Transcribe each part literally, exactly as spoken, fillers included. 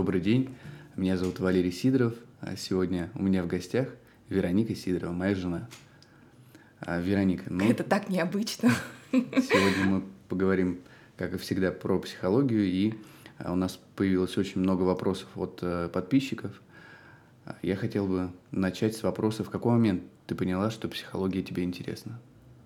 Добрый день, меня зовут Валерий Сидоров, а сегодня у меня в гостях Вероника Сидорова, моя жена. А, Вероника, ну, Это так необычно. сегодня мы поговорим, как и всегда, про психологию, и а, у нас появилось очень много вопросов от э, подписчиков. А, Я хотел бы начать с вопроса, в какой момент ты поняла, что психология тебе интересна?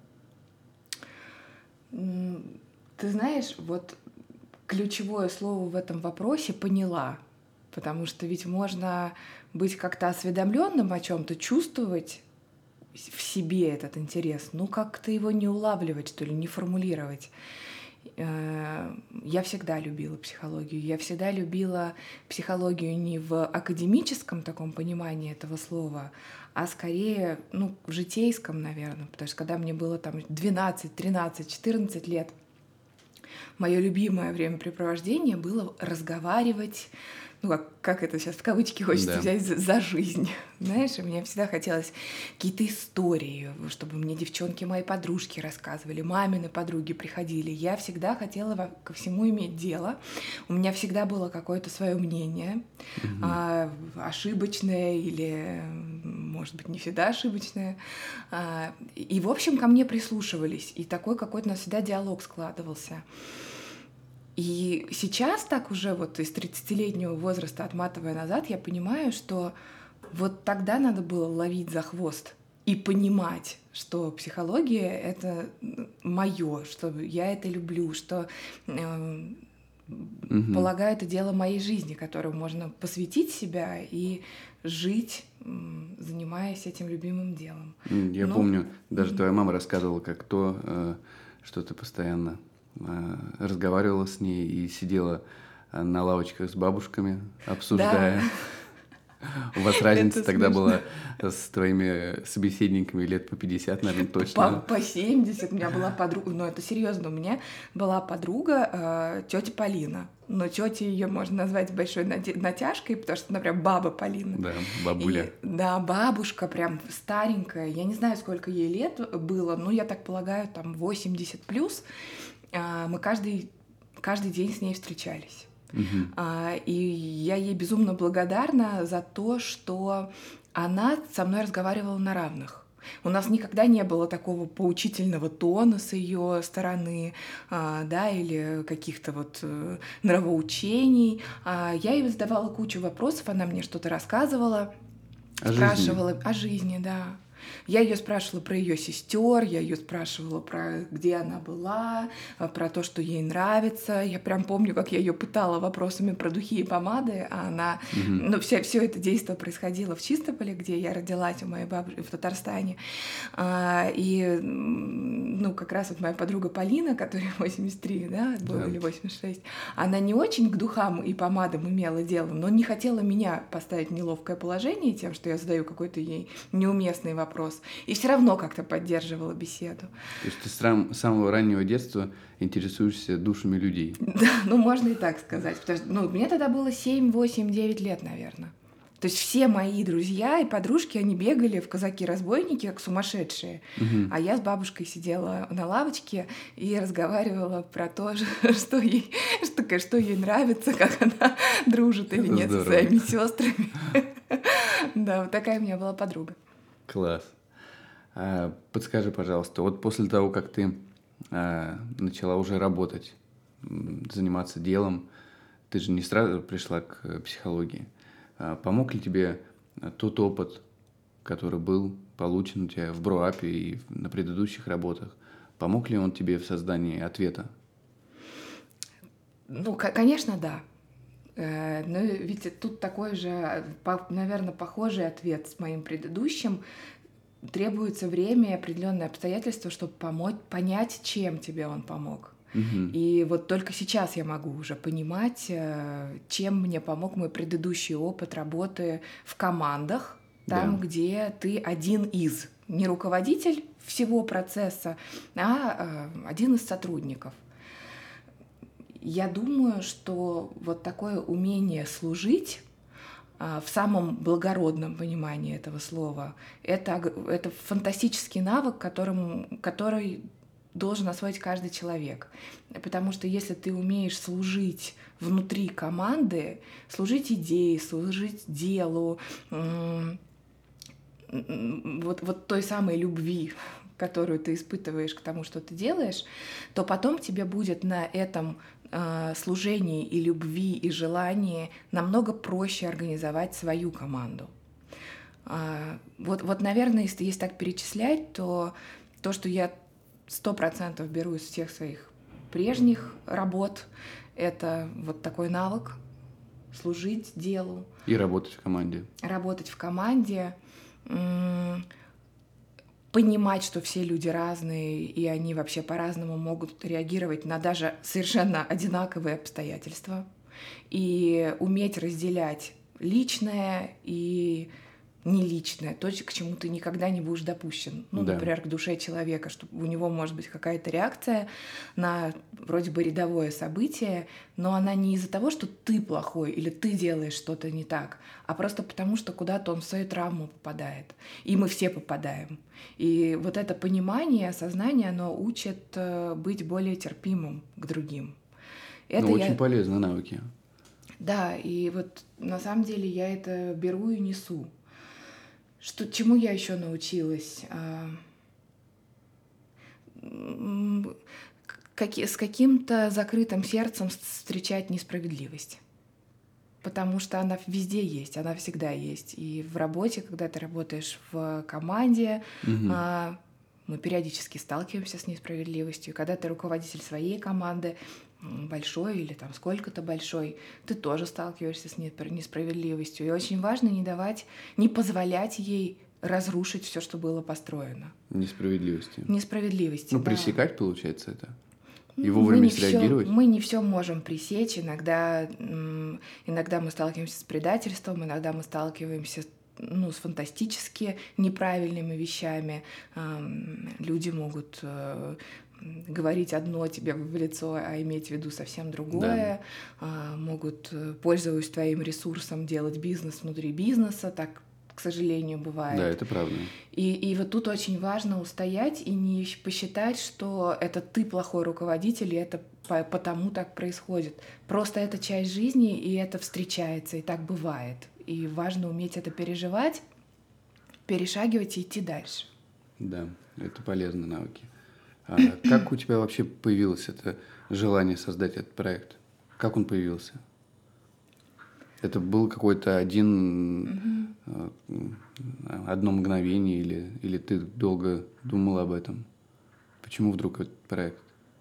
М, Ты знаешь, вот ключевое слово в этом вопросе «поняла», потому что ведь можно быть как-то осведомленным о чем-то, чувствовать в себе этот интерес, ну как-то его не улавливать, что ли, не формулировать. Э, Я всегда любила психологию. Я всегда любила психологию не в академическом таком понимании этого слова, а скорее, ну, в житейском, наверное. Потому что когда мне было там двенадцать, тринадцать, четырнадцать лет, мое любимое времяпрепровождение было разговаривать, ну как, как это сейчас в кавычки хочется Да. взять, за, за жизнь. Знаешь, и мне всегда хотелось какие-то истории, чтобы мне девчонки, мои подружки рассказывали, мамины подруги приходили. Я всегда хотела во- ко всему иметь дело. У меня всегда было какое-то свое мнение, Мгм. а, ошибочное или, может быть, не всегда ошибочное. А, и, в общем, ко мне прислушивались, и такой какой-то у нас всегда диалог складывался. И сейчас так уже вот из тридцатилетнего возраста, отматывая назад, я понимаю, что вот тогда надо было ловить за хвост и понимать, что психология — это мое, что я это люблю, что э, Мгм. полагаю, это дело моей жизни, которому можно посвятить себя и жить, м, занимаясь этим любимым делом. М, Я Ну, помню, даже мгм. твоя мама рассказывала, как то, э, что ты постоянно э, разговаривала с ней и сидела э, на лавочках с бабушками, Да, обсуждая. У вас разница это тогда смешно. была с твоими собеседниками лет по пятьдесят, наверное, По, точно. по семьдесят. У меня была подруга, ну это серьезно, у меня была подруга, э, тетя Полина. Но тетя ее можно назвать с большой нате- натяжкой, потому что она прям баба Полина. Да, бабуля. И да, бабушка прям старенькая, я не знаю, сколько ей лет было, но я так полагаю, там восемьдесят плюс. А, Мы каждый, каждый день с ней встречались. Мгм. А, И я ей безумно благодарна за то, что она со мной разговаривала на равных. У нас никогда не было такого поучительного тона с ее стороны, а, да, или каких-то вот э, нравоучений. А, Я ей задавала кучу вопросов, она мне что-то рассказывала, О жизни. спрашивала о жизни, да. Я ее спрашивала про ее сестер, я ее спрашивала про где она была, а, про то, что ей нравится. Я прям помню, как я ее пытала вопросами про духи и помады, а она, Мгм. ну, все, все это действо происходило в Чистополе, где я родилась у моей бабушки в Татарстане. А, и, м, ну, как раз вот моя подруга Полина, которая восемьдесят три, да, было, Да. или восемьдесят шесть, она не очень к духам и помадам имела дело, но не хотела меня поставить в неловкое положение тем, что я задаю какой-то ей неуместный вопрос, и все равно как-то поддерживала беседу. То есть ты с рам- самого раннего детства интересуешься душами людей. Да, ну можно и так сказать, потому что, ну, мне тогда было семь, восемь, девять лет, наверное. То есть все мои друзья и подружки, они бегали в казаки-разбойники, как сумасшедшие. Мгм. А я с бабушкой сидела на лавочке и разговаривала про то, что ей, что, что ей нравится, как она дружит или Это нет со здорово. своими сестрами. Да, вот такая у меня была подруга. Класс. А, подскажи, пожалуйста, вот после того, как ты а, начала уже работать, м, заниматься делом, ты же не сразу пришла к э, психологии. А, помог ли тебе а, тот опыт, который был получен у тебя в Броапе и в- на предыдущих работах? Помог ли он тебе в создании ответа? Ну, ко- конечно, да. Э, Но ведь тут такой же, наверное, похожий ответ с моим предыдущим. Требуется время и определенные обстоятельства, чтобы помочь, понять, чем тебе он помог. Мгм. И вот только сейчас я могу уже понимать, э, чем мне помог мой предыдущий опыт работы в командах, Да. там, где ты один из, не руководитель всего процесса, а э, один из сотрудников. Я думаю, что вот такое умение служить а, в самом благородном понимании этого слова, это, ог- это фантастический навык, которым, который должен освоить каждый человек. Потому что если ты умеешь служить внутри команды, служить идее, служить делу, вот, вот той самой любви, которую ты испытываешь к тому, что ты делаешь, то потом тебе будет на этом э, служении и любви, и желании намного проще организовать свою команду. А, вот, вот, наверное, если, если так перечислять, то то, что я сто процентов беру из всех своих прежних работ, это вот такой навык служить делу. И работать в команде. Работать в команде, понимать, что все люди разные, и они вообще по-разному могут реагировать на даже совершенно одинаковые обстоятельства, и уметь разделять личное и не личное, то, к чему ты никогда не будешь допущен. Ну, да. Например, к душе человека, что у него может быть какая-то реакция на вроде бы рядовое событие, но она не из-за того, что ты плохой или ты делаешь что-то не так, а просто потому, что куда-то он в свою травму попадает. И мы все попадаем. И вот это понимание, осознание, оно учит быть более терпимым к другим. Это ну, очень я... полезны навыки. Да, и вот на самом деле я это беру и несу. Что, чему я еще научилась? Как, с каким-то закрытым сердцем встречать несправедливость. Потому что она везде есть, она всегда есть. И в работе, когда ты работаешь в команде, угу. мы периодически сталкиваемся с несправедливостью. Когда ты руководитель своей команды, большой или там сколько-то большой, ты тоже сталкиваешься с несправедливостью. И очень важно не давать, не позволять ей разрушить все, что было построено. Несправедливости. Несправедливости, Ну, да. пресекать, получается, это? И вовремя среагировать? Мы не все можем пресечь. Иногда, иногда мы сталкиваемся с предательством, иногда мы сталкиваемся ну, с фантастически неправильными вещами. Люди могут говорить одно тебе в лицо, а иметь в виду совсем другое. Да. Могут, пользуясь твоим ресурсом, делать бизнес внутри бизнеса. Так, к сожалению, бывает. Да, это правда. И, и вот тут очень важно устоять и не посчитать, что это ты плохой руководитель, и это по- потому так происходит. Просто это часть жизни, и это встречается, и так бывает. И важно уметь это переживать, перешагивать и идти дальше. Да, это полезные навыки. А как у тебя вообще появилось это желание создать этот проект? Как он появился? Это был какой-то один, mm-hmm. одно мгновение, или, или ты долго думал об этом? Почему вдруг этот проект?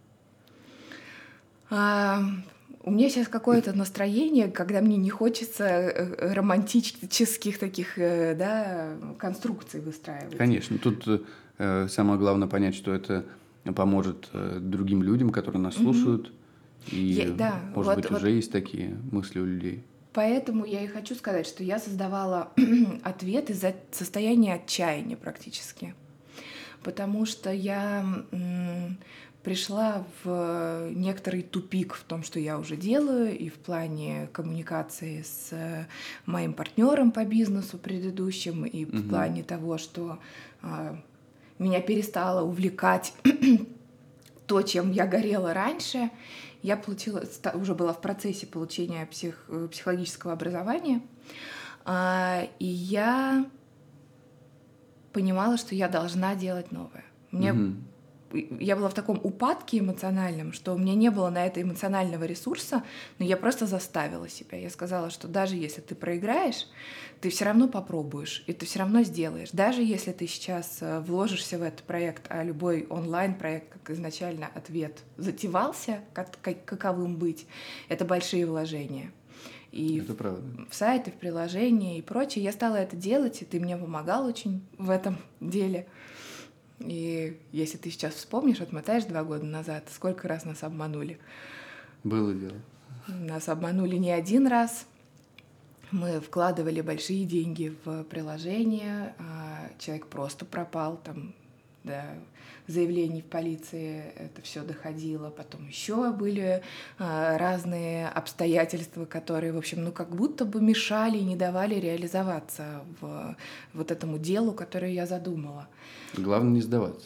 А, у меня сейчас какое-то настроение, когда мне не хочется романтических таких, да, конструкций выстраивать. Конечно. Тут э, самое главное понять, что это поможет э, другим людям, которые нас mm-hmm. слушают. И, Я, да, может вот, быть, вот... уже есть такие мысли у людей. Поэтому я и хочу сказать, что я создавала ответ из-за состояния отчаяния практически. Потому что я м, пришла в некоторый тупик в том, что я уже делаю, и в плане коммуникации с моим партнером по бизнесу предыдущим, и угу. в плане того, что э, меня перестало увлекать то, чем я горела раньше. Я получила, уже была в процессе получения псих, психологического образования, и я понимала, что я должна делать новое. Мне, mm-hmm. Я была в таком упадке эмоциональном, что у меня не было на это эмоционального ресурса, но я просто заставила себя. Я сказала, что даже если ты проиграешь, ты все равно попробуешь, и ты все равно сделаешь. Даже если ты сейчас вложишься в этот проект, а любой онлайн-проект, как изначально ответ, затевался, как, как, каковым быть, это большие вложения. И это в, правда. в сайты, в приложения и прочее. Я стала это делать, и ты мне помогал очень в этом деле. И если ты сейчас вспомнишь, отмотаешь два года назад, сколько раз нас обманули. Было дело. Нас обманули не один раз. Мы вкладывали большие деньги в приложение, а человек просто пропал, там, до заявлений в полиции это все доходило. Потом еще были а, разные обстоятельства, которые, в общем, ну как будто бы мешали и не давали реализоваться в вот этому делу, которое я задумала. Главное не сдаваться.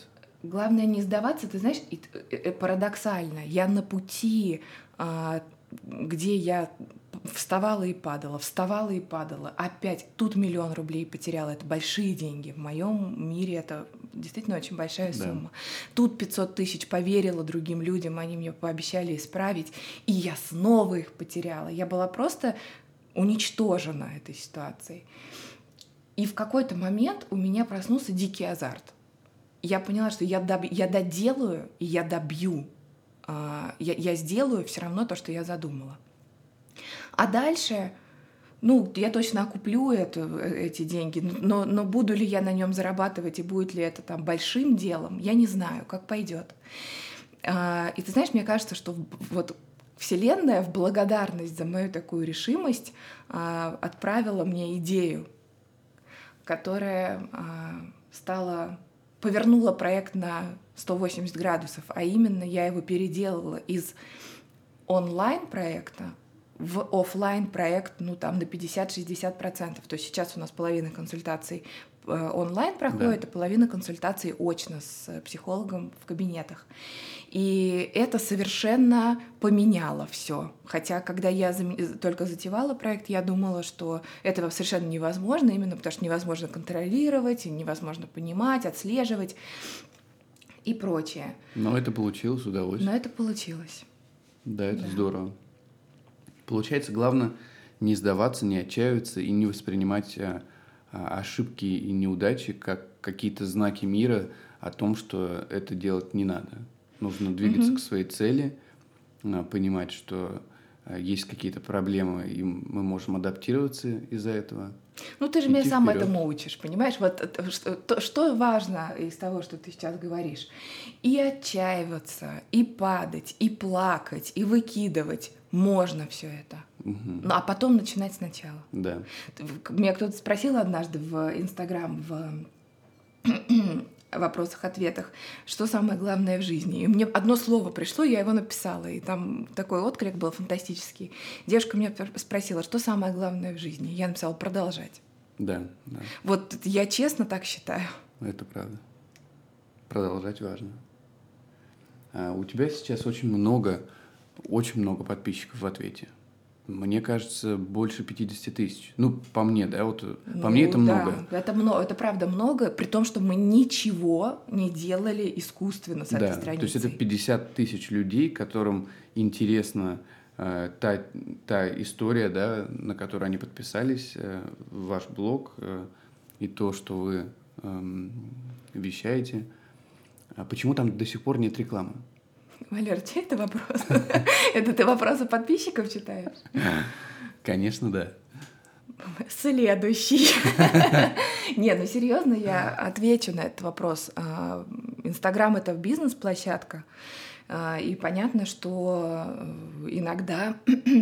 главное не сдаваться, ты знаешь, и, э, парадоксально, я на пути, а, где я вставала и падала, вставала и падала, опять тут миллион рублей потеряла, это большие деньги, в моем мире это действительно очень большая Да. сумма. Тут пятьсот тысяч поверила другим людям, они мне пообещали исправить, и я снова их потеряла. Я была просто уничтожена этой ситуацией. И в какой-то момент у меня проснулся дикий азарт. Я поняла, что я, доб... я доделаю и я добью. А, я, я сделаю все равно то, что я задумала. А дальше, ну, я точно окуплю это, эти деньги, но, но буду ли я на нем зарабатывать и будет ли это там большим делом, я не знаю, как пойдет. А, и ты знаешь, мне кажется, что вот Вселенная в благодарность за мою такую решимость а, отправила мне идею, которая а, стала, повернула проект на сто восемьдесят градусов, а именно я его переделала из онлайн-проекта в офлайн проект, ну там на пятьдесят-шестьдесят процентов. То есть сейчас у нас половина консультаций онлайн проходит, да. А половина консультаций очно с психологом в кабинетах. И это совершенно поменяло все. Хотя, когда я только затевала проект, я думала, что это совершенно невозможно, именно потому что невозможно контролировать, невозможно понимать, отслеживать и прочее. Но это получилось, удалось. Но это получилось. Да, это да. Здорово. Получается, главное не сдаваться, не отчаиваться и не воспринимать а, а, ошибки и неудачи как какие-то знаки мира о том, что это делать не надо. Нужно двигаться mm-hmm. к своей цели, а, понимать, что а, есть какие-то проблемы, и мы можем адаптироваться из-за этого. Ну, ты же меня сам вперед. Этому учишь, понимаешь? Вот что, то, что важно из того, что ты сейчас говоришь. И отчаиваться, и падать, и плакать, и выкидывать. Можно все это. Угу. Ну, а потом начинать сначала. Да. Меня кто-то спросил однажды в Инстаграм, в вопросах-ответах, что самое главное в жизни. И мне одно слово пришло, я его написала, и там такой отклик был фантастический. Девушка меня спросила, что самое главное в жизни. Я написала «продолжать». Да, да. Вот я честно так считаю. Это правда. Продолжать важно. А у тебя сейчас очень много, очень много подписчиков в ответе. Мне кажется, больше пятьдесят тысяч. Ну, по мне, да, вот ну, по мне это да, много. Это много, это правда много, при том, что мы ничего не делали искусственно с да, этой страницей. То есть это пятьдесят тысяч людей, которым интересна э, та, та история, да, на которую они подписались, э, ваш блог э, и то, что вы э, вещаете. А почему там до сих пор нет рекламы? Валер, чей это вопрос? Это ты вопросы подписчиков читаешь? Конечно, да. Следующий. Не, ну серьезно, я отвечу на этот вопрос. Инстаграм — это бизнес-площадка, и понятно, что иногда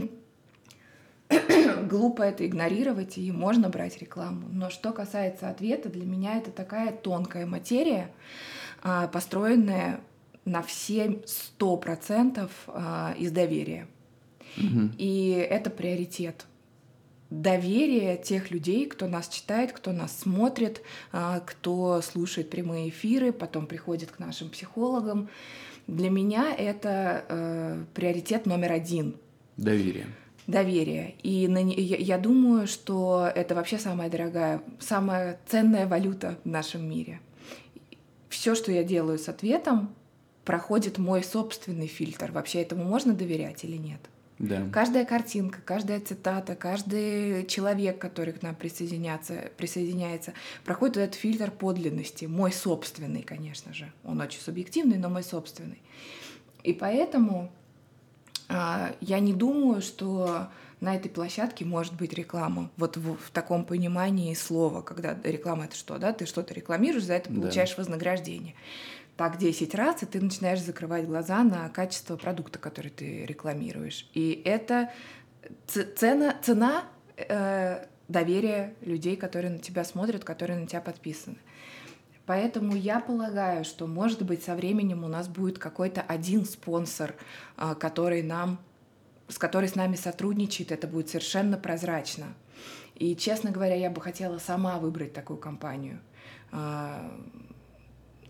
глупо это игнорировать, и можно брать рекламу. Но что касается ответа, для меня это такая тонкая материя, построенная на все сто процентов из доверия. Угу. И это приоритет. Доверие тех людей, кто нас читает, кто нас смотрит, кто слушает прямые эфиры, потом приходит к нашим психологам. Для меня это э, приоритет номер один. Доверие. Доверие. И на, я, я думаю, что это вообще самая дорогая, самая ценная валюта в нашем мире. Все, что я делаю с ответом, проходит мой собственный фильтр. Вообще этому можно доверять или нет? Да. Каждая картинка, каждая цитата, каждый человек, который к нам присоединяется, присоединяется, проходит этот фильтр подлинности. Мой собственный, конечно же. Он очень субъективный, но мой собственный. И поэтому э, я не думаю, что на этой площадке может быть реклама. Вот в, в таком понимании слова, когда реклама — это что, да? Ты что-то рекламируешь, за это получаешь да. вознаграждение. Так десять раз, и ты начинаешь закрывать глаза на качество продукта, который ты рекламируешь. И это цена, цена э, доверия людей, которые на тебя смотрят, которые на тебя подписаны. Поэтому я полагаю, что, может быть, со временем у нас будет какой-то один спонсор, э, который нам, с который с нами сотрудничает. Это будет совершенно прозрачно. И, честно говоря, я бы хотела сама выбрать такую компанию. Э,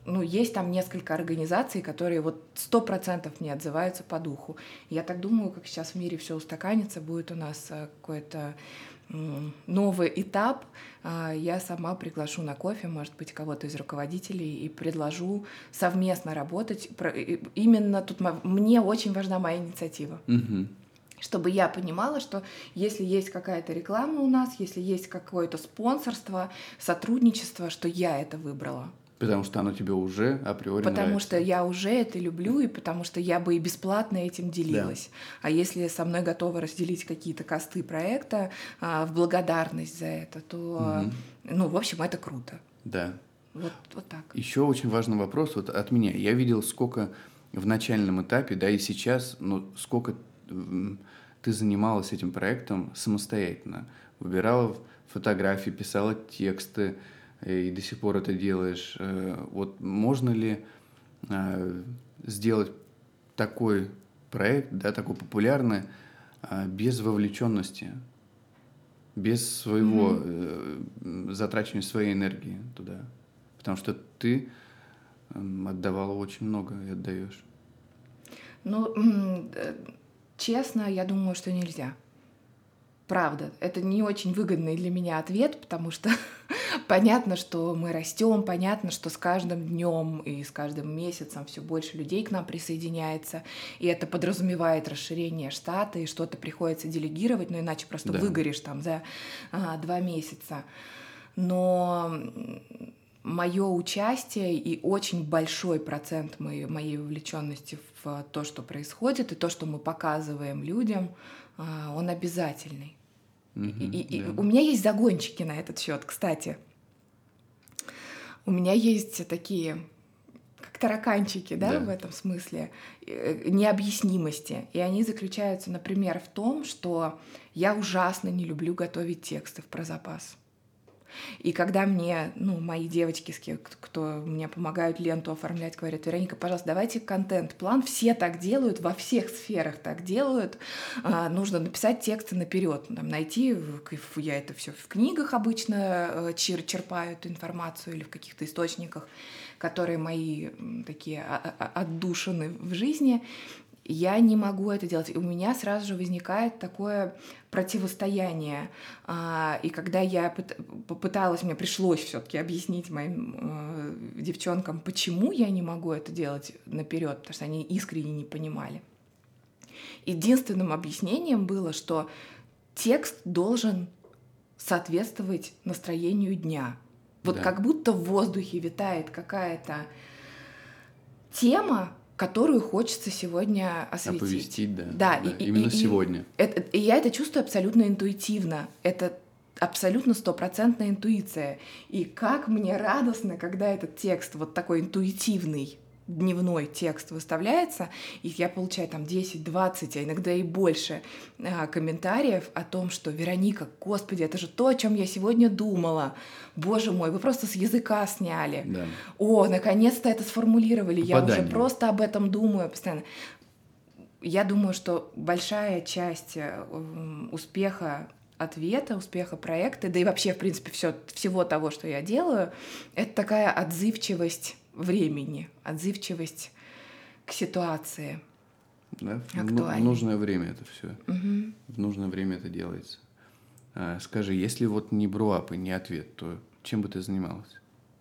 ну, есть там несколько организаций, которые вот сто процентов не отзываются по духу. Я так думаю, как сейчас в мире все устаканится, будет у нас э, какой-то м, новый этап. А, Я сама приглашу на кофе, может быть, кого-то из руководителей и предложу совместно работать. Про- и- Именно тут мо- мне очень важна моя инициатива. Мгм. Чтобы я понимала, что если есть какая-то реклама у нас, если есть какое-то спонсорство, сотрудничество, что я это выбрала. Потому что оно тебе уже априори Потому нравится. что я уже это люблю, и потому что я бы и бесплатно этим делилась. А если со мной готовы разделить какие-то косты проекта а, в благодарность за это, то, Мгм. ну, в общем, это круто. Да. Вот, вот так. Еще очень важный вопрос вот от меня. Я видел, сколько в начальном этапе, да и сейчас, ну, сколько м, ты занималась этим проектом самостоятельно. Выбирала фотографии, писала тексты, э, и до сих пор это делаешь. Э, Вот можно ли э, сделать такой проект, да, такой популярный, а, без вовлеченности, без своего Мгм. э, м, затрачивания своей энергии туда? Потому что ты м, отдавала очень много и отдаешь. Ну, м, э, честно, я думаю, что нельзя. Правда, это не очень выгодный для меня ответ, потому что понятно, что мы растем, понятно, что с каждым днем и с каждым месяцем все больше людей к нам присоединяется, и это подразумевает расширение штата, и что-то приходится делегировать, но иначе просто Да. выгоришь там за а, два месяца. Но мое участие и очень большой процент моей, моей вовлеченности в то, что происходит, и то, что мы показываем людям, а, он обязательный. И, и- и Мгм, у меня есть загончики на этот счет, кстати. У меня есть такие, как тараканчики, да, да. в Да. этом смысле, э, необъяснимости. И они заключаются, например, в том, что я ужасно не люблю готовить тексты про запас. И когда мне, ну, мои девочки, с кем- кто мне помогают ленту оформлять, говорят: Вероника, пожалуйста, давайте контент-план. Все так делают, во всех сферах так делают. А, нужно написать тексты наперед, там, найти, в- в- я это все в книгах обычно э, чер- черпаю эту информацию или в каких-то источниках, которые мои м, такие а- а- отдушины в жизни. Я не могу это делать. И у меня сразу же возникает такое противостояние. А, И когда я пыт- попыталась, мне пришлось все-таки объяснить моим э, девчонкам, почему я не могу это делать наперед, потому что они искренне не понимали. Единственным объяснением было, что текст должен соответствовать настроению дня. Вот Да. как будто в воздухе витает какая-то тема, которую хочется сегодня осветить. Оповестить, да. Да, Да, и, и- именно и- и сегодня. это- и я это чувствую абсолютно интуитивно. Это абсолютно стопроцентная интуиция. И как мне радостно, когда этот текст, вот такой интуитивный, дневной текст выставляется, и я получаю там десять, двадцать, а иногда и больше а, комментариев о том, что «Вероника, господи, это же то, о чем я сегодня думала. Боже мой, вы просто с языка сняли. Да. О, наконец-то это сформулировали, я уже Попадание. просто об этом думаю постоянно». Я думаю, что большая часть э, м, успеха ответа, успеха проекта, да и вообще, в принципе, всё, всего того, что я делаю, это такая отзывчивость времени, отзывчивость к ситуации. Да? В, ну- в Актуальный. нужное время это все. Мгм. В нужное время это делается. А, скажи, если вот не бруап и не ответ, то чем бы ты занималась?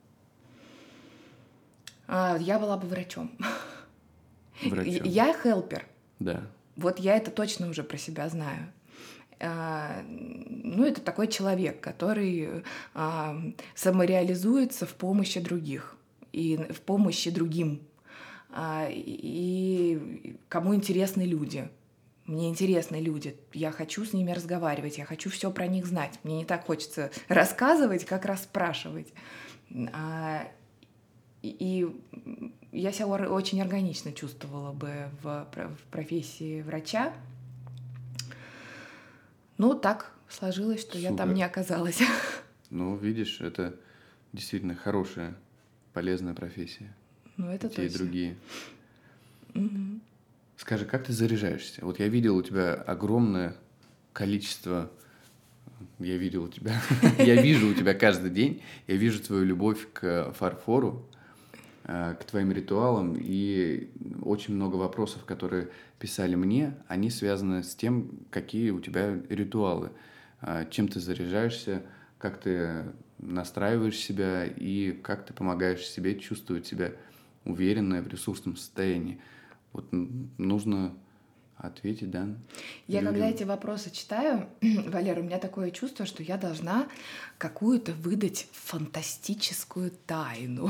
А, Я была бы врачом. Врачом. Я хелпер. Да. Вот я это точно уже про себя знаю. А, Ну, это такой человек, который а, самореализуется в помощи других и в помощи другим. А, И кому интересны люди. Мне интересны люди, я хочу с ними разговаривать, я хочу все про них знать. Мне не так хочется рассказывать, как расспрашивать. А, И и я себя ор- очень органично чувствовала бы в, про- в профессии врача. Ну, так сложилось, что я там Супер. не оказалась. Ну, видишь, это действительно хорошая, полезная профессия. Ну, это И те, и точно. другие. Мгм. Скажи, как ты заряжаешься? Вот я видел у тебя огромное количество... Я видел у тебя... Я вижу у тебя каждый день, я вижу твою любовь к фарфору. э, к твоим ритуалам, и очень много вопросов, которые писали мне, они связаны с тем, какие у тебя ритуалы, э, чем ты заряжаешься, как ты настраиваешь себя и как ты помогаешь себе чувствовать себя уверенно в ресурсном состоянии. Вот нужно ответить, да, Я когда людям. эти вопросы читаю, Валера, у меня такое чувство, что я должна какую-то выдать фантастическую тайну.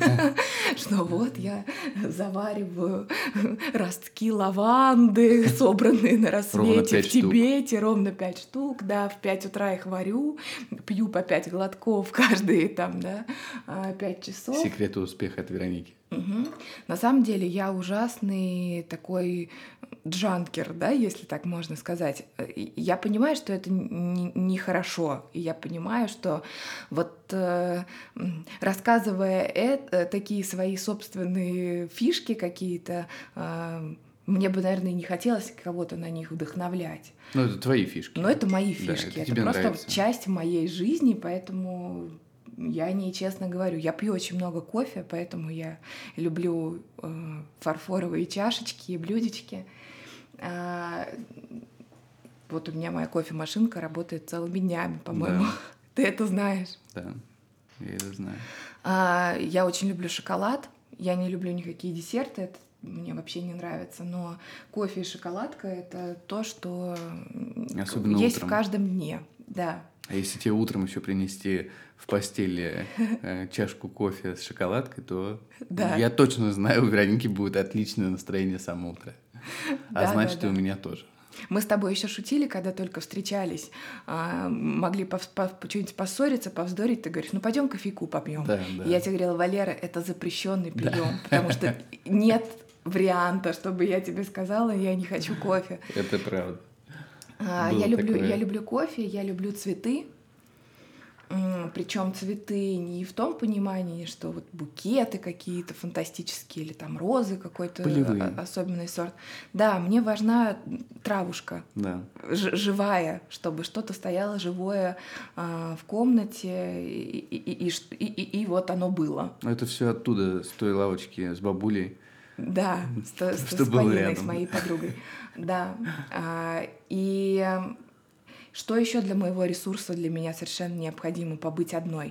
Что вот я завариваю ростки лаванды, собранные на рассвете в Тибете, ровно пять штук, да, в пять утра их варю, пью по пять глотков каждые там, да, пять часов. Секреты успеха от Вероники. Угу. На самом деле я ужасный такой джанкер, да, если так можно сказать. Я понимаю, что это нехорошо, и я понимаю, что вот э, рассказывая это, такие свои собственные фишки какие-то, э, мне бы, наверное, не хотелось кого-то на них вдохновлять. Ну, это твои фишки. Но это мои фишки, да, это, это просто нравится. Часть моей жизни, поэтому... Я о ней честно говорю. Я пью очень много кофе, поэтому я люблю э, фарфоровые чашечки и блюдечки. А, вот у меня моя кофемашинка работает целыми днями, по-моему. Да. Ты это знаешь? Да, я это знаю. А, я очень люблю шоколад. Я не люблю никакие десерты. Это мне вообще не нравится. Но кофе и шоколадка — это то, что Особенно есть утром. в каждом дне. Да. А если тебе утром еще принести в постели э, чашку кофе с шоколадкой, то да. я точно знаю, у Вероники будет отличное настроение с самого утра. А да, значит, да, и да. у меня тоже. Мы с тобой еще шутили, когда только встречались, а, могли пов- пов- что-нибудь поссориться, повздорить. Ты говоришь, ну пойдем кофейку попьем. Да, да. И я тебе говорила, Валера, это запрещенный прием, да. потому что нет варианта, чтобы я тебе сказала, я не хочу кофе. Это правда. А, я люблю, я люблю кофе, я люблю цветы. Причем цветы не в том понимании, что вот букеты какие-то фантастические или там розы какой-то Полевые. особенный сорт. Да, мне важна травушка, да. ж- живая, чтобы что-то стояло живое а, в комнате, и, и, и, и, и, и вот оно было. Это все оттуда, с той лавочки с бабулей. Да, с, с, с Полиной, с моей подругой. Да. А, и что еще для моего ресурса для меня совершенно необходимо? Побыть одной.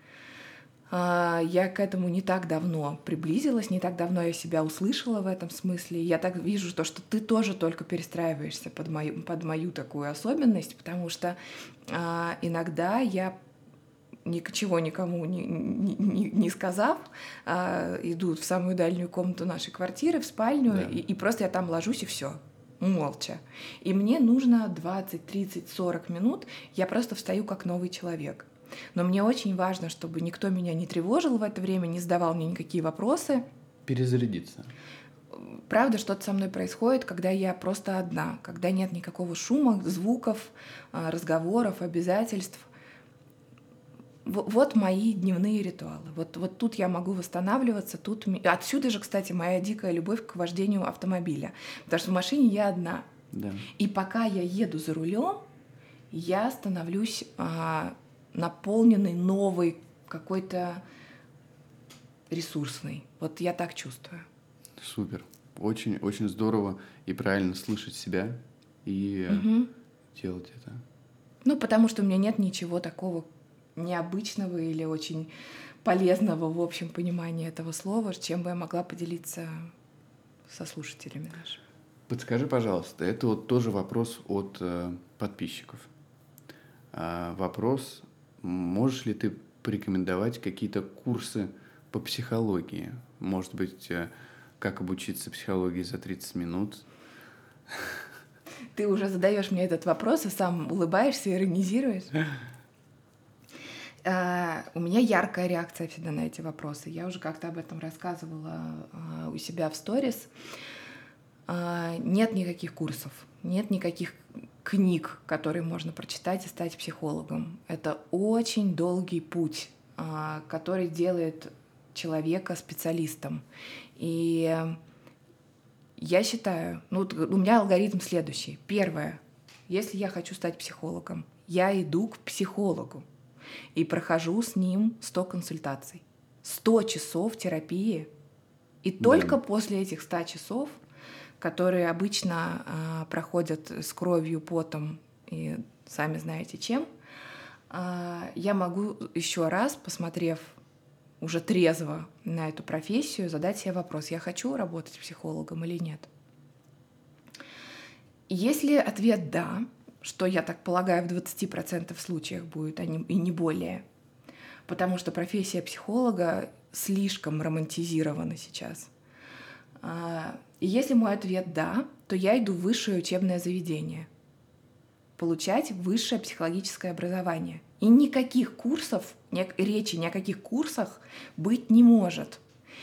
А, я к этому не так давно приблизилась, не так давно я себя услышала в этом смысле. Я так вижу то, что ты тоже только перестраиваешься под мою, под мою такую особенность, потому что а, иногда я, ничего никому не, не, не сказав, а, иду в самую дальнюю комнату нашей квартиры, в спальню, да. и, и просто я там ложусь, и все. Молча. И мне нужно двадцать, тридцать, сорок минут, я просто встаю как новый человек. Но мне очень важно, чтобы никто меня не тревожил в это время, не задавал мне никакие вопросы. Перезарядиться. Правда, что-то со мной происходит, когда я просто одна, когда нет никакого шума, звуков, разговоров, обязательств. Вот мои дневные ритуалы. Вот, вот тут я могу восстанавливаться. Тут... Отсюда же, кстати, моя дикая любовь к вождению автомобиля. Потому что в машине я одна. Да. И пока я еду за рулем, я становлюсь а, наполненной, новой, какой-то ресурсной. Вот я так чувствую. Супер. Очень, очень здорово и правильно слышать себя и угу. делать это. Ну, потому что у меня нет ничего такого необычного или очень полезного в общем понимании этого слова, чем бы я могла поделиться со слушателями нашими. Подскажи, пожалуйста, это вот тоже вопрос от э, подписчиков. А, вопрос, можешь ли ты порекомендовать какие-то курсы по психологии? Может быть, э, как обучиться психологии за тридцать минут? Ты уже задаешь мне этот вопрос и сам улыбаешься, иронизируешь. Uh, у меня яркая реакция всегда на эти вопросы. Я уже как-то об этом рассказывала uh, у себя в сторис. Uh, нет никаких курсов, нет никаких книг, которые можно прочитать и стать психологом. Это очень долгий путь, uh, который делает человека специалистом. И я считаю, ну, у меня алгоритм следующий. Первое. Если я хочу стать психологом, я иду к психологу и прохожу с ним сто консультаций. сто часов терапии И только да. после этих ста часов, которые обычно а, проходят с кровью, потом и сами знаете чем, а, я могу еще раз, посмотрев уже трезво на эту профессию, задать себе вопрос, я хочу работать психологом или нет. Если ответ «да», что, я так полагаю, в двадцати процентах случаев будет, а не, и не более, потому что профессия психолога слишком романтизирована сейчас. И если мой ответ «да», то я иду в высшее учебное заведение, получать высшее психологическое образование. И никаких курсов, ни, речи ни о каких курсах быть не может.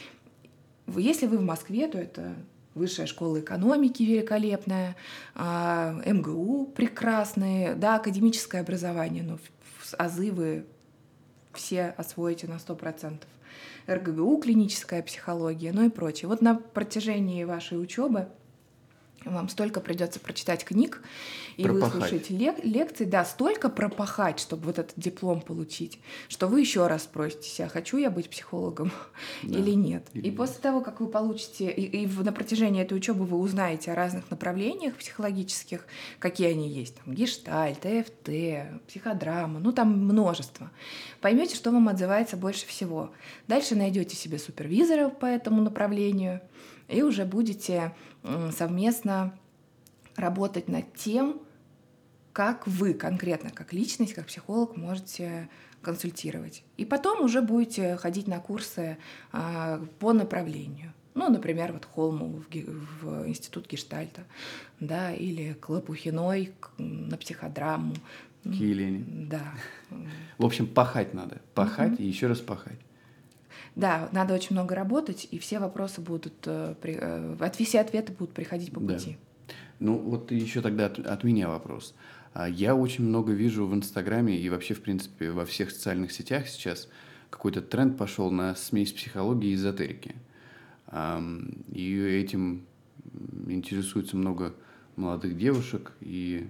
Если вы в Москве, то это Высшая школа экономики великолепная, эм гэ у прекрасные, да, академическое образование, но азы вы все освоите на сто процентов. эр гэ гэ у, клиническая психология, ну и прочее. Вот на протяжении вашей учебы вам столько придется прочитать книг и пропахать. Выслушать лек- лекции, да, столько пропахать, чтобы вот этот диплом получить, что вы еще раз спросите себя, хочу я быть психологом да. или нет. Или и нет. После того, как вы получите, и, и на протяжении этой учебы вы узнаете о разных направлениях психологических, какие они есть, там, гештальт, э эф тэ, психодрама, ну там множество. Поймете, что вам отзывается больше всего. Дальше найдете себе супервизоров по этому направлению, и уже будете совместно работать над тем, как вы конкретно, как личность, как психолог, можете консультировать. И потом уже будете ходить на курсы а, по направлению. Ну, например, вот Холму в, в институт гештальта, да, или к Лопухиной на психодраму. К Елене. Да. В общем, пахать надо. Пахать mm-hmm. и еще раз пахать. Да, надо очень много работать, и все вопросы будут, все ответы будут приходить по пути. Да. Ну вот еще тогда от, от меня вопрос. Я очень много вижу в Инстаграме и вообще, в принципе, во всех социальных сетях сейчас какой-то тренд пошел на смесь психологии и эзотерики. И этим интересуется много молодых девушек и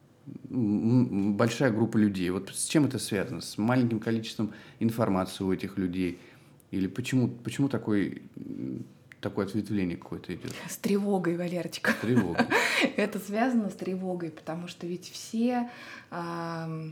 большая группа людей. Вот с чем это связано? С маленьким количеством информации у этих людей? Или почему, почему такой, такое ответвление какое-то идет? С тревогой, Валерочка. С тревогой. Это связано с тревогой, потому что ведь все э,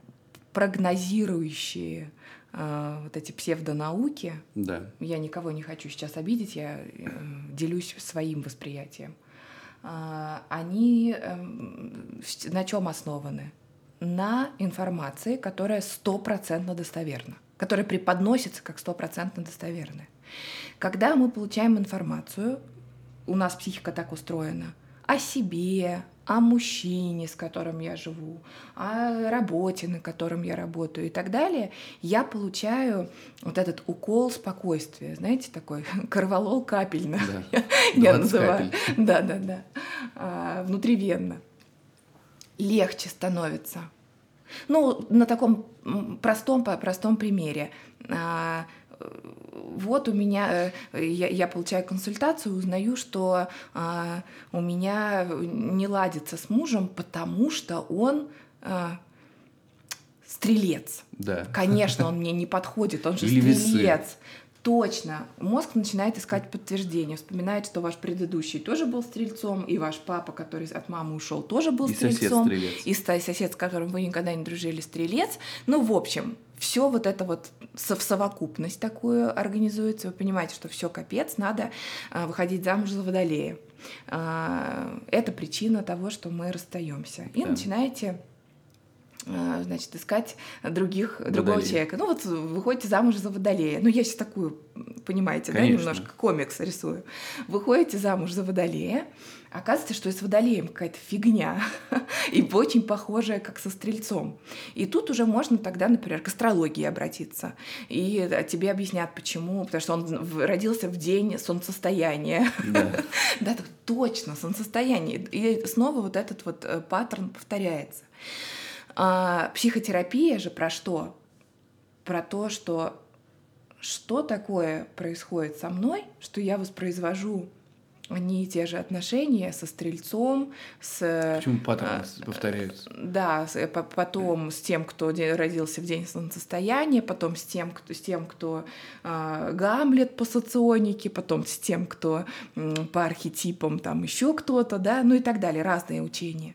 прогнозирующие э, вот эти псевдонауки, да. я никого не хочу сейчас обидеть, я э, делюсь своим восприятием, э, они э, на чем основаны? На информации, которая стопроцентно достоверна, которая преподносится как стопроцентно достоверная. Когда мы получаем информацию, у нас психика так устроена, о себе, о мужчине, с которым я живу, о работе, на котором я работаю и так далее, я получаю вот этот укол спокойствия, знаете, такой корвалол капельно, да. я, я называю. Да-да-да, внутривенно. Легче становится. Ну, на таком простом, простом примере. Вот у меня, я, я получаю консультацию, узнаю, что а, у меня не ладится с мужем, потому что он а, стрелец. Да. Конечно, он мне не подходит, он же Или стрелец. весы. Точно. Мозг начинает искать подтверждение, вспоминает, что ваш предыдущий тоже был стрельцом, и ваш папа, который от мамы ушел, тоже был и стрельцом. Сосед и сосед, с которым вы никогда не дружили, стрелец. Ну, в общем, все вот это вот в совокупность такую организуется. Вы понимаете, что все капец, надо а, выходить замуж за водолея. А, это причина того, что мы расстаемся. И да. начинаете... значит, искать других, другого человека. Ну вот вы выходите замуж за водолея. Ну я сейчас такую, понимаете, Конечно. да, немножко комикс рисую. Выходите замуж за водолея, оказывается, что и с водолеем какая-то фигня, и очень похожая, как со стрельцом. И тут уже можно тогда, например, к астрологии обратиться. И тебе объяснят, почему. Потому что он родился в день солнцестояния. Да, да точно, солнцестояние. И снова вот этот вот паттерн повторяется. А психотерапия же про что? Про то, что что такое происходит со мной, что я воспроизвожу одни и те же отношения со стрельцом, с... Почему паттерны повторяются? Да, с- по- потом с тем, кто де- родился в день солнцестояния, потом с тем, кто, с тем, кто а, Гамлет по соционике, потом с тем, кто м, по архетипам, там еще кто-то, да, ну и так далее, разные учения.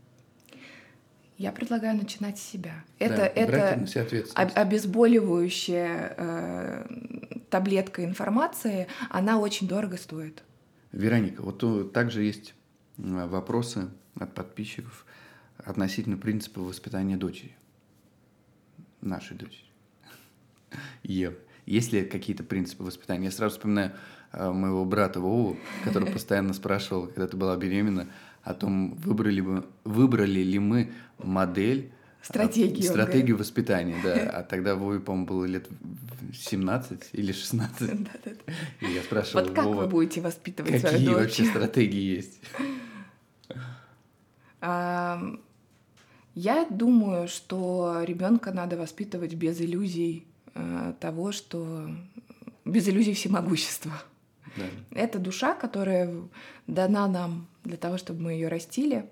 Я предлагаю начинать с себя. Это, Да, это брать на себя об- ответственность. обезболивающая э, таблетка информации, она очень дорого стоит. Вероника, вот у- также есть м, вопросы от подписчиков относительно принципа воспитания дочери. Нашей дочери. Евы. Есть ли какие-то принципы воспитания? Я сразу вспоминаю э, моего брата Вову, который постоянно спрашивал, когда ты была беременна, о том, выбрали, бы, выбрали ли мы модель, э, Стратегию, он стратегию воспитания. Да. А тогда Вове, по-моему, было лет семнадцать или шестнадцать. Да-да-да. И я спрашивал Вот как Вова, вы будете воспитывать свою какие дочь? вообще стратегии есть? Ам, Я думаю, что ребенка надо воспитывать без иллюзий э, того, что без иллюзий всемогущества. Да. Это душа, которая дана нам для того, чтобы мы ее растили.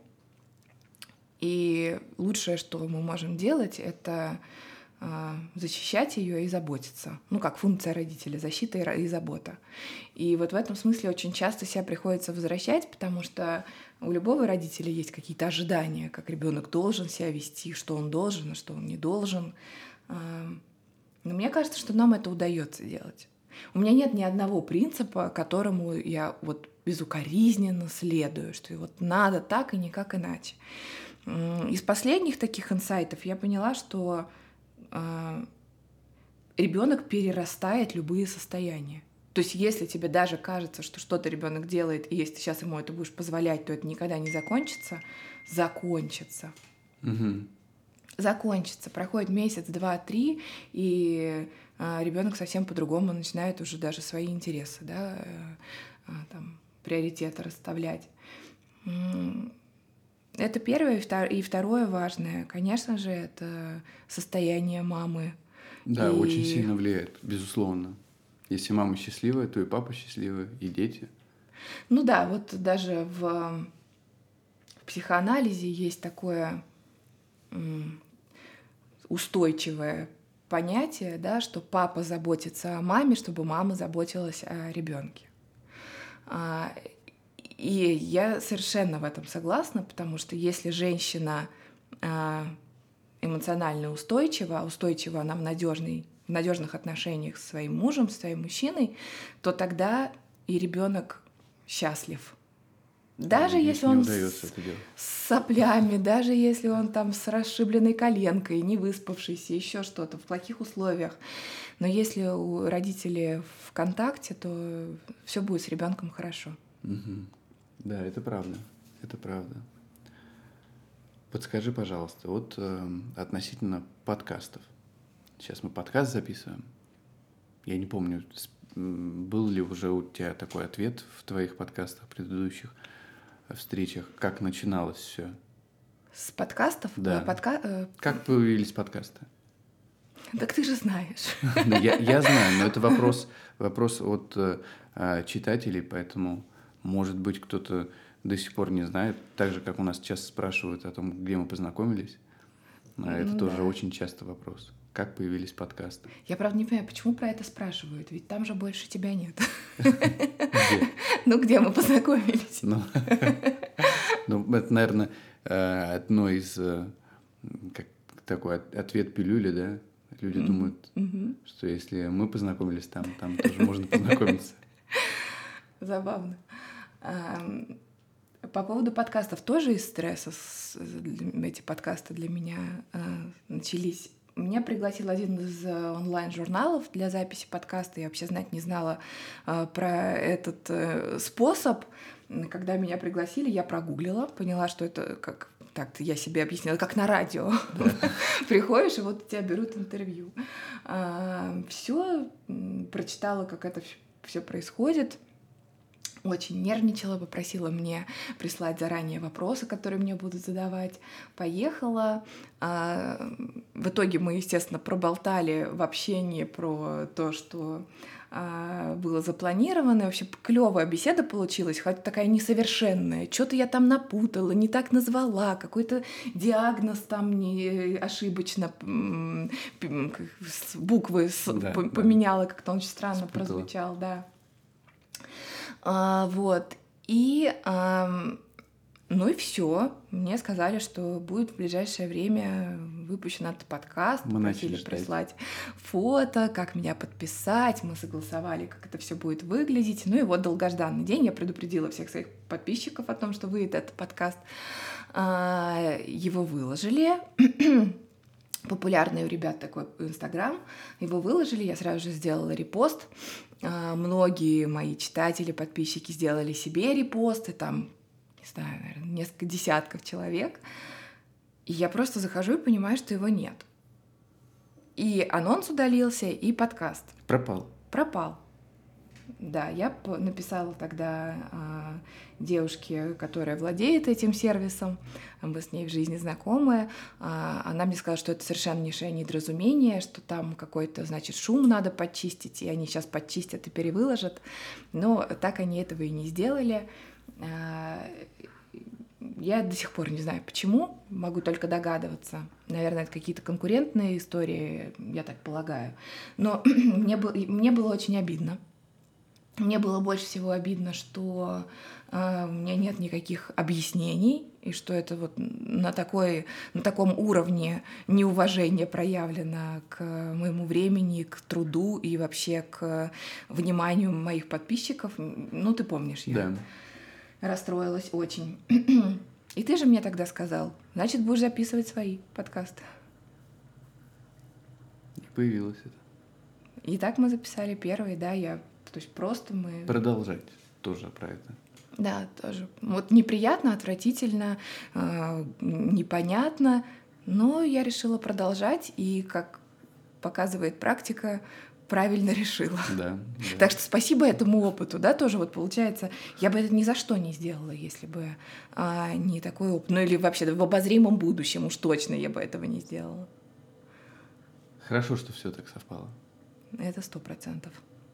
И лучшее, что мы можем делать, это э, защищать ее и заботиться. Ну, как функция родителя, защита и, ра- и забота. И вот в этом смысле очень часто себя приходится возвращать, потому что у любого родителя есть какие-то ожидания, как ребенок должен себя вести, что он должен, а что он не должен. А, Но мне кажется, что нам это удается делать. У меня нет ни одного принципа, которому я вот безукоризненно следую, что вот надо так и никак иначе. М, Из последних таких инсайтов я поняла, что ребенок перерастает любые состояния. То есть, если тебе даже кажется, что что-то ребенок делает, и если ты сейчас ему это будешь позволять, то это никогда не закончится, закончится. Мгм. Закончится. Проходит месяц, два, три, и а, ребенок совсем по-другому начинает уже даже свои интересы, да, э, а, там, приоритеты расставлять. М, Это первое. И втор- и второе важное, конечно же, это состояние мамы. Да, очень И сильно влияет, безусловно. Если мама счастливая, то и папа счастливый, и дети. Ну да, вот даже в, в психоанализе есть такое м, устойчивое понятие, да, что папа заботится о маме, чтобы мама заботилась о ребенке. А, И я совершенно в этом согласна, потому что если женщина а, эмоционально устойчива, а устойчива она в, надежной, в надежных отношениях со своим мужем, со своим мужчиной, то тогда и ребенок счастлив. Даже Ей если не он удается с, это делать. с соплями, даже если он там с расшибленной коленкой, не выспавшийся, еще что-то, в плохих условиях. Но если у родителей в контакте, то все будет с ребенком хорошо. Мгм. Да, это правда. Это правда. Подскажи, пожалуйста, вот эм, относительно подкастов. Сейчас мы подкаст записываем. Я не помню, с- м, был ли уже у тебя такой ответ в твоих подкастах, предыдущих э, встречах, как начиналось все? С подкастов? Да. э, подка- э, Как появились подкасты? Так ты же знаешь. Ну, я, я знаю, но это вопрос, вопрос от э, э, читателей, поэтому, может быть, кто-то до сих пор не знает, так же, как у нас сейчас спрашивают о том, где мы познакомились. А это Ну тоже да. очень часто вопрос. Как появились подкасты? Я, правда, не понимаю, почему про это спрашивают, ведь там же больше тебя нет. Где? Ну, где мы познакомились? Ну, ну, это, наверное, э, одно из, э, как такой от- ответ пилюли, да? Люди думают, Мгм. что если мы познакомились там, там тоже можно познакомиться. Забавно. Ам, По поводу подкастов тоже из стресса с- для- эти подкасты для меня а, начались. Меня пригласил один из э, онлайн-журналов для записи подкаста. Я вообще знать не знала а, про этот э, способ. М, Когда меня пригласили, я прогуглила, поняла, что это как так я себе объяснила, как на радио. Приходишь, и вот у тебя берут интервью. Все прочитала, как это все происходит. Очень нервничала, попросила мне прислать заранее вопросы, которые мне будут задавать. Поехала. А, В итоге мы, естественно, проболтали в общении про то, что а, было запланировано. Вообще клевая беседа получилась, хоть такая несовершенная. Что-то я там напутала, не так назвала, какой-то диагноз там не ошибочно, м, п- с- буквы с- Да, п- да. поменяла, как-то он очень странно Спутала. прозвучал, да. А, вот. И, ам, ну и все. Мне сказали, что будет в ближайшее время выпущен этот подкаст. Мы Попросили начали ждать. прислать фото, как меня подписать. Мы согласовали, как это все будет выглядеть. Ну и вот долгожданный день. Я предупредила всех своих подписчиков о том, что выйдет этот подкаст. А, Его выложили. Популярный у ребят такой Инстаграм. Его выложили, я сразу же сделала репост. А, Многие мои читатели, подписчики сделали себе репосты, там, не знаю, наверное, несколько десятков человек. И я просто захожу и понимаю, что его нет. И анонс удалился, и подкаст Пропал. пропал. Да, я п- написала тогда а, девушке, которая владеет этим сервисом, мы с ней в жизни знакомы, а, она мне сказала, что это совершеннейшее недоразумение, что там какой-то, значит, шум надо подчистить, и они сейчас подчистят и перевыложат, но так они этого и не сделали. А, Я до сих пор не знаю, почему, могу только догадываться. Наверное, это какие-то конкурентные истории, я так полагаю. Но мне было, мне было очень обидно. Мне было больше всего обидно, что э, у меня нет никаких объяснений, и что это вот на, такой, на таком уровне неуважение проявлено к моему времени, к труду и вообще к вниманию моих подписчиков. Ну, ты помнишь, я Да. расстроилась очень. И ты же мне тогда сказал, значит, будешь записывать свои подкасты. И появилось это. И так мы записали первый, да, я... То есть просто мы... Продолжать тоже про это. Да, тоже. Вот неприятно, отвратительно, э, непонятно, но я решила продолжать, и, как показывает практика, правильно решила. Да, да. Так что спасибо этому опыту, да, тоже вот получается, я бы это ни за что не сделала, если бы а, не такой опыт. Ну или вообще в обозримом будущем уж точно я бы этого не сделала. Хорошо, что все так совпало. Это сто процентов.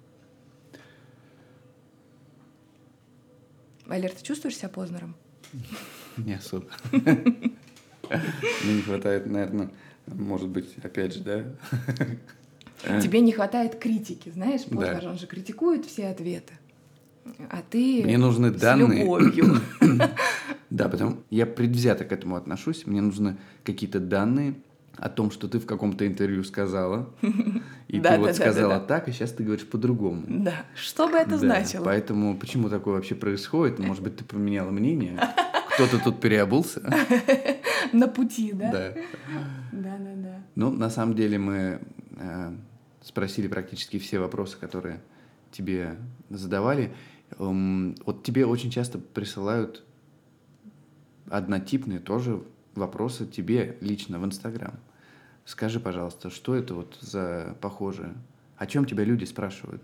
Валер, ты чувствуешь себя Познером? Не особо. Мне не хватает, наверное, может быть, опять же, да? Тебе не хватает критики, знаешь, Познер, Да. он же критикует все ответы. А ты Мне нужны с данные. любовью. Да, потому я предвзято к этому отношусь. Мне нужны какие-то данные о том, что ты в каком-то интервью сказала, и Да, ты да, вот да, сказала да, да. так, и сейчас ты говоришь по-другому. Да, что бы это Да, значило? Поэтому почему такое вообще происходит? Может быть, ты поменяла мнение? Кто-то тут переобулся? На пути, да? Да. Да, да, да. Ну, на самом деле мы э, спросили практически все вопросы, которые тебе задавали. Эм, вот тебе очень часто присылают однотипные тоже вопросы тебе лично в Инстаграм. Скажи, пожалуйста, что это вот за похожее? О чем тебя люди спрашивают?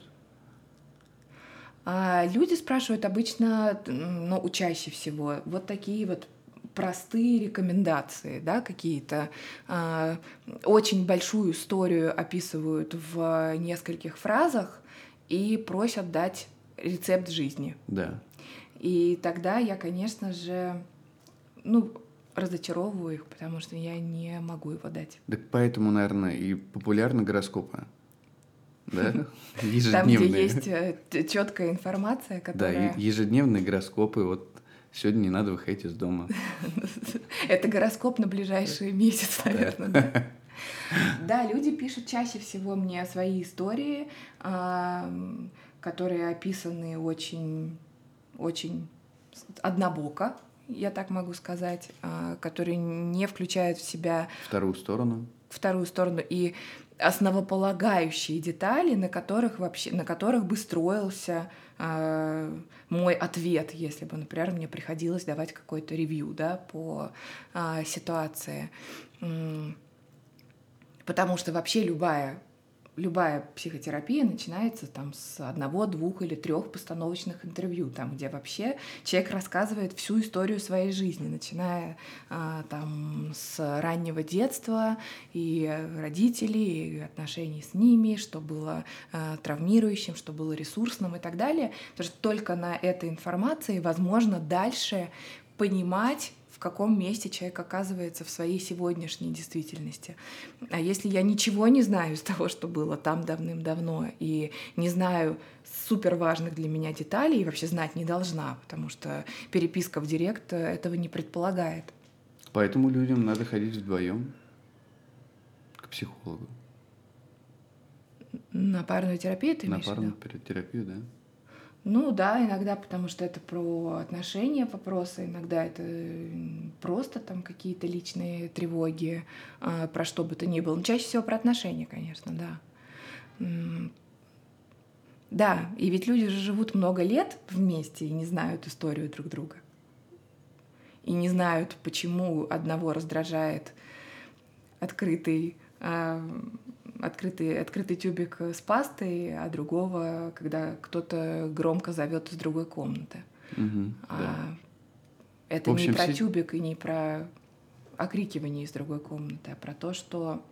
А люди спрашивают обычно, ну, чаще всего, вот такие вот простые рекомендации, да, какие-то. А, очень большую историю описывают в нескольких фразах и просят дать рецепт жизни. Да. И тогда я, конечно же, ну, разочаровываю их, потому что я не могу его дать. Так поэтому, наверное, и популярны гороскопы. Да? Там, Ежедневные. где есть четкая информация, Да, которая... е- ежедневные гороскопы. Вот сегодня не надо выходить из дома. Это гороскоп на ближайший месяц, наверное, да? Да, люди пишут чаще всего мне свои истории, ам, которые описаны очень, очень однобоко, я так могу сказать, а, которые не включают в себя Вторую сторону. вторую сторону и основополагающие детали, на которых вообще, на которых бы строился э, мой ответ, если бы, например, мне приходилось давать какой-то ревью, да, по э, ситуации. М, Потому что вообще любая любая психотерапия начинается там с одного, двух или трех постановочных интервью, там, где вообще человек рассказывает всю историю своей жизни, начиная а, там с раннего детства и родителей, и отношений с ними, что было а, травмирующим, что было ресурсным и так далее. Потому что только на этой информации возможно дальше понимать, в каком месте человек оказывается в своей сегодняшней действительности. А если я ничего не знаю из того, что было там давным-давно, и не знаю супер важных для меня деталей, и вообще знать не должна, потому что переписка в директ этого не предполагает. Поэтому людям надо ходить вдвоем к психологу. На парную терапию ты На имеешь в парную виду? терапию, да. Ну да, иногда, потому что это про отношения вопросы, иногда это просто там какие-то личные тревоги, а, про что бы то ни было. Но чаще всего про отношения, конечно, да. М, Да, и ведь люди же живут много лет вместе и не знают историю друг друга. И не знают, почему одного раздражает открытый, а, открытый, открытый тюбик с пастой, а другого, когда кто-то громко зовет из другой комнаты. Угу, А да. это В не общем, про все... тюбик и не про окрикивание из другой комнаты, а про то, что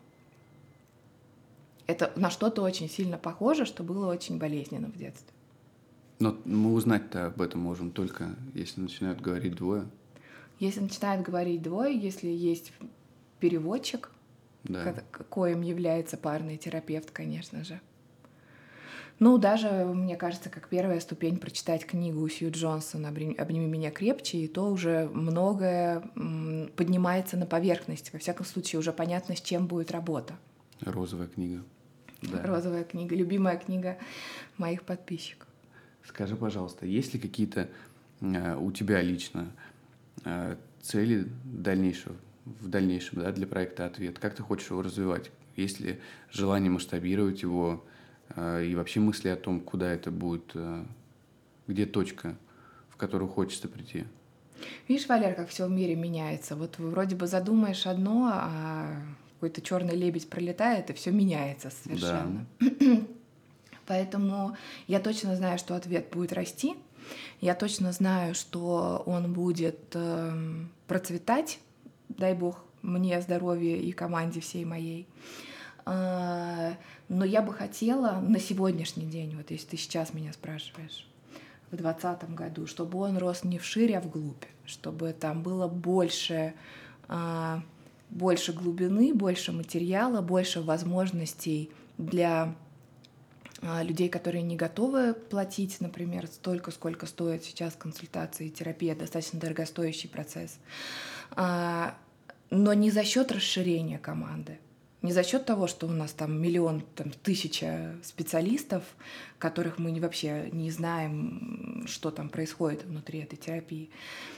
это на что-то очень сильно похоже, что было очень болезненно в детстве. Но мы узнать-то об этом можем только, если начинают говорить двое. Если начинают говорить двое, если есть переводчик, Да. ко- коим является парный терапевт, конечно же. Ну, даже, мне кажется, как первая ступень прочитать книгу Сью Джонсон «Обними обними меня крепче», и то уже многое м, поднимается на поверхность. Во всяком случае, уже понятно, с чем будет работа. Розовая книга. Да. Розовая книга, любимая книга моих подписчиков. Скажи, пожалуйста, есть ли какие-то э, у тебя лично э, цели дальнейшего, в дальнейшем, да, для проекта «Ответ»? Как ты хочешь его развивать? Есть ли желание масштабировать его э, и вообще мысли о том, куда это будет, э, где точка, в которую хочется прийти? Видишь, Валер, как все в мире меняется. Вот вроде бы задумаешь одно, а какой-то черный лебедь пролетает, и все меняется совершенно. Да. Поэтому я точно знаю, что ответ будет расти. Я точно знаю, что он будет э, процветать, дай бог мне здоровья и команде всей моей. А, но я бы хотела на сегодняшний день, вот если ты сейчас меня спрашиваешь, в двадцатом году, чтобы он рос не вширь, а вглубь, чтобы там было больше, а, больше глубины, больше материала, больше возможностей для людей, которые не готовы платить, например, столько, сколько стоит сейчас консультация и терапия, достаточно дорогостоящий процесс, но не за счет расширения команды, не за счет того, что у нас там миллион, там, тысяча специалистов, которых мы вообще не знаем, что там происходит внутри этой терапии.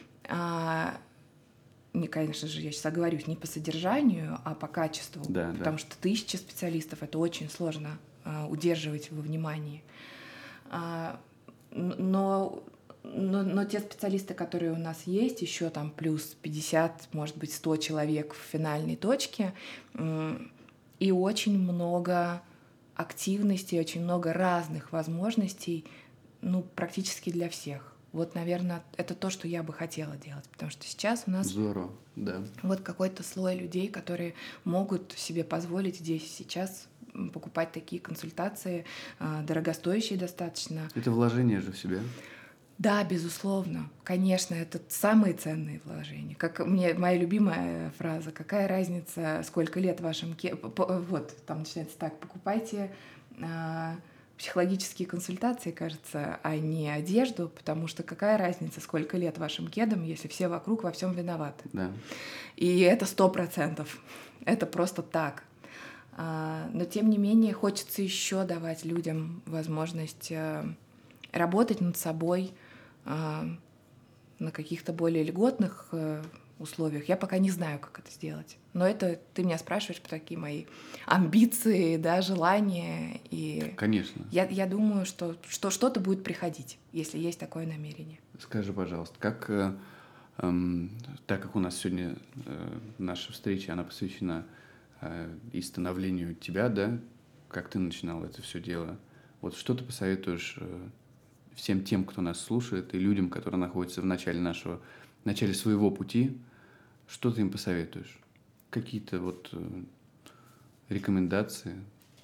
Не, конечно же, я сейчас оговорюсь не по содержанию, а по качеству, да, потому да. что тысяча специалистов — это очень сложно удерживать во внимании. Но, но, но те специалисты, которые у нас есть, еще там плюс пятьдесят, может быть, сто человек в финальной точке, и очень много активностей, очень много разных возможностей, ну, практически для всех. Вот, наверное, это то, что я бы хотела делать, потому что сейчас у нас Здорово, да. Вот какой-то слой людей, которые могут себе позволить здесь и сейчас покупать такие консультации, дорогостоящие достаточно. Это вложение же в себя. Да, безусловно. Конечно, это самые ценные вложения. Как мне моя любимая фраза: какая разница, сколько лет вашим ке... Вот, там начинается так: покупайте а, психологические консультации, кажется, а не одежду, потому что какая разница, сколько лет вашим кедам, если все вокруг во всем виноваты. Да. И это сто процентов. Это просто так. Но, тем не менее, хочется еще давать людям возможность работать над собой на каких-то более льготных условиях. Я пока не знаю, как это сделать. Но это ты меня спрашиваешь про такие мои амбиции, да, желания. И Конечно. Я, я думаю, что, что что-то будет приходить, если есть такое намерение. Скажи, пожалуйста, как, э, э, так как у нас сегодня э, наша встреча, она посвящена э, и становлению тебя, да, как ты начинал это все дело. Вот что ты посоветуешь э, всем тем, кто нас слушает, и людям, которые находятся в начале нашего, в начале своего пути, что ты им посоветуешь? Какие-то вот э, рекомендации?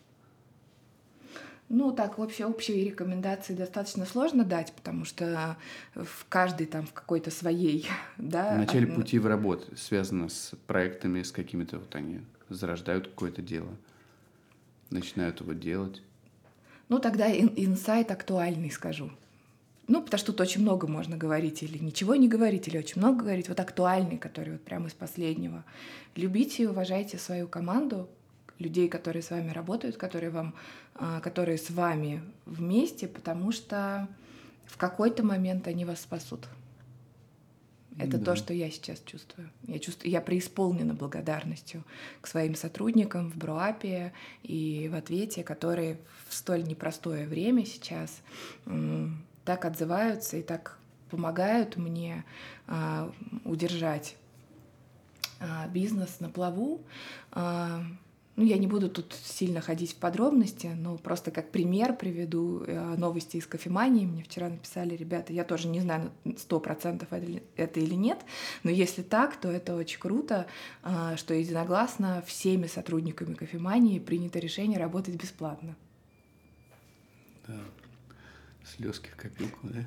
Ну, так, вообще общие рекомендации достаточно сложно дать, потому что в каждой там в какой-то своей, В да, начале от- пути в работе связано с проектами, с какими-то вот они зарождают какое-то дело, начинают его делать. ну, тогда ин- инсайт актуальный скажу. Ну, потому что тут очень много можно говорить, или ничего не говорить, или очень много говорить. Вот актуальный, который вот прямо из последнего. Любите и уважайте свою команду, людей, которые с вами работают, которые, вам, а, которые с вами вместе, потому что в какой-то момент они вас спасут. Это то, Да. что я сейчас чувствую. Я чувствую, я преисполнена благодарностью к своим сотрудникам в Бруапе и в Ответе, которые в столь непростое время сейчас м, так отзываются и так помогают мне а, удержать а, бизнес на плаву. А, ну, я не буду тут сильно ходить в подробности, но просто как пример приведу э, новости из кофемании. Мне вчера написали ребята, я тоже не знаю, сто процентов это, ли- это или нет, но если так, то это очень круто, а, что единогласно всеми сотрудниками кофемании принято решение работать бесплатно. Да. Слезки в копилку, да?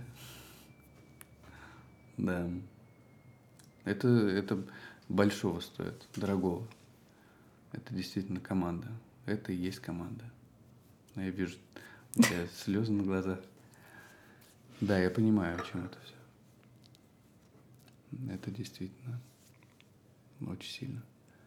Да. Это, это большого стоит, дорогого. Это действительно команда. Это и есть команда. Я вижу у тебя слезы на глазах. Да, я понимаю, о чем это все. Это действительно очень сильно.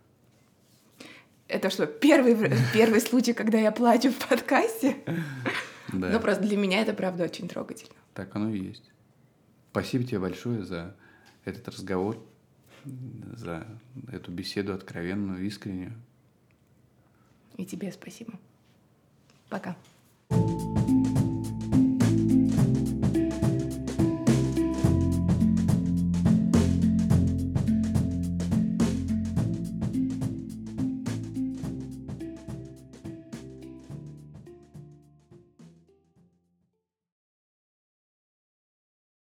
Это что, первый, в- первый случай, когда я плачу в подкасте? Да, Ну, просто для меня это, правда, очень трогательно. так оно и есть. Спасибо тебе большое за этот разговор, за эту беседу откровенную, искреннюю. И тебе спасибо. Пока.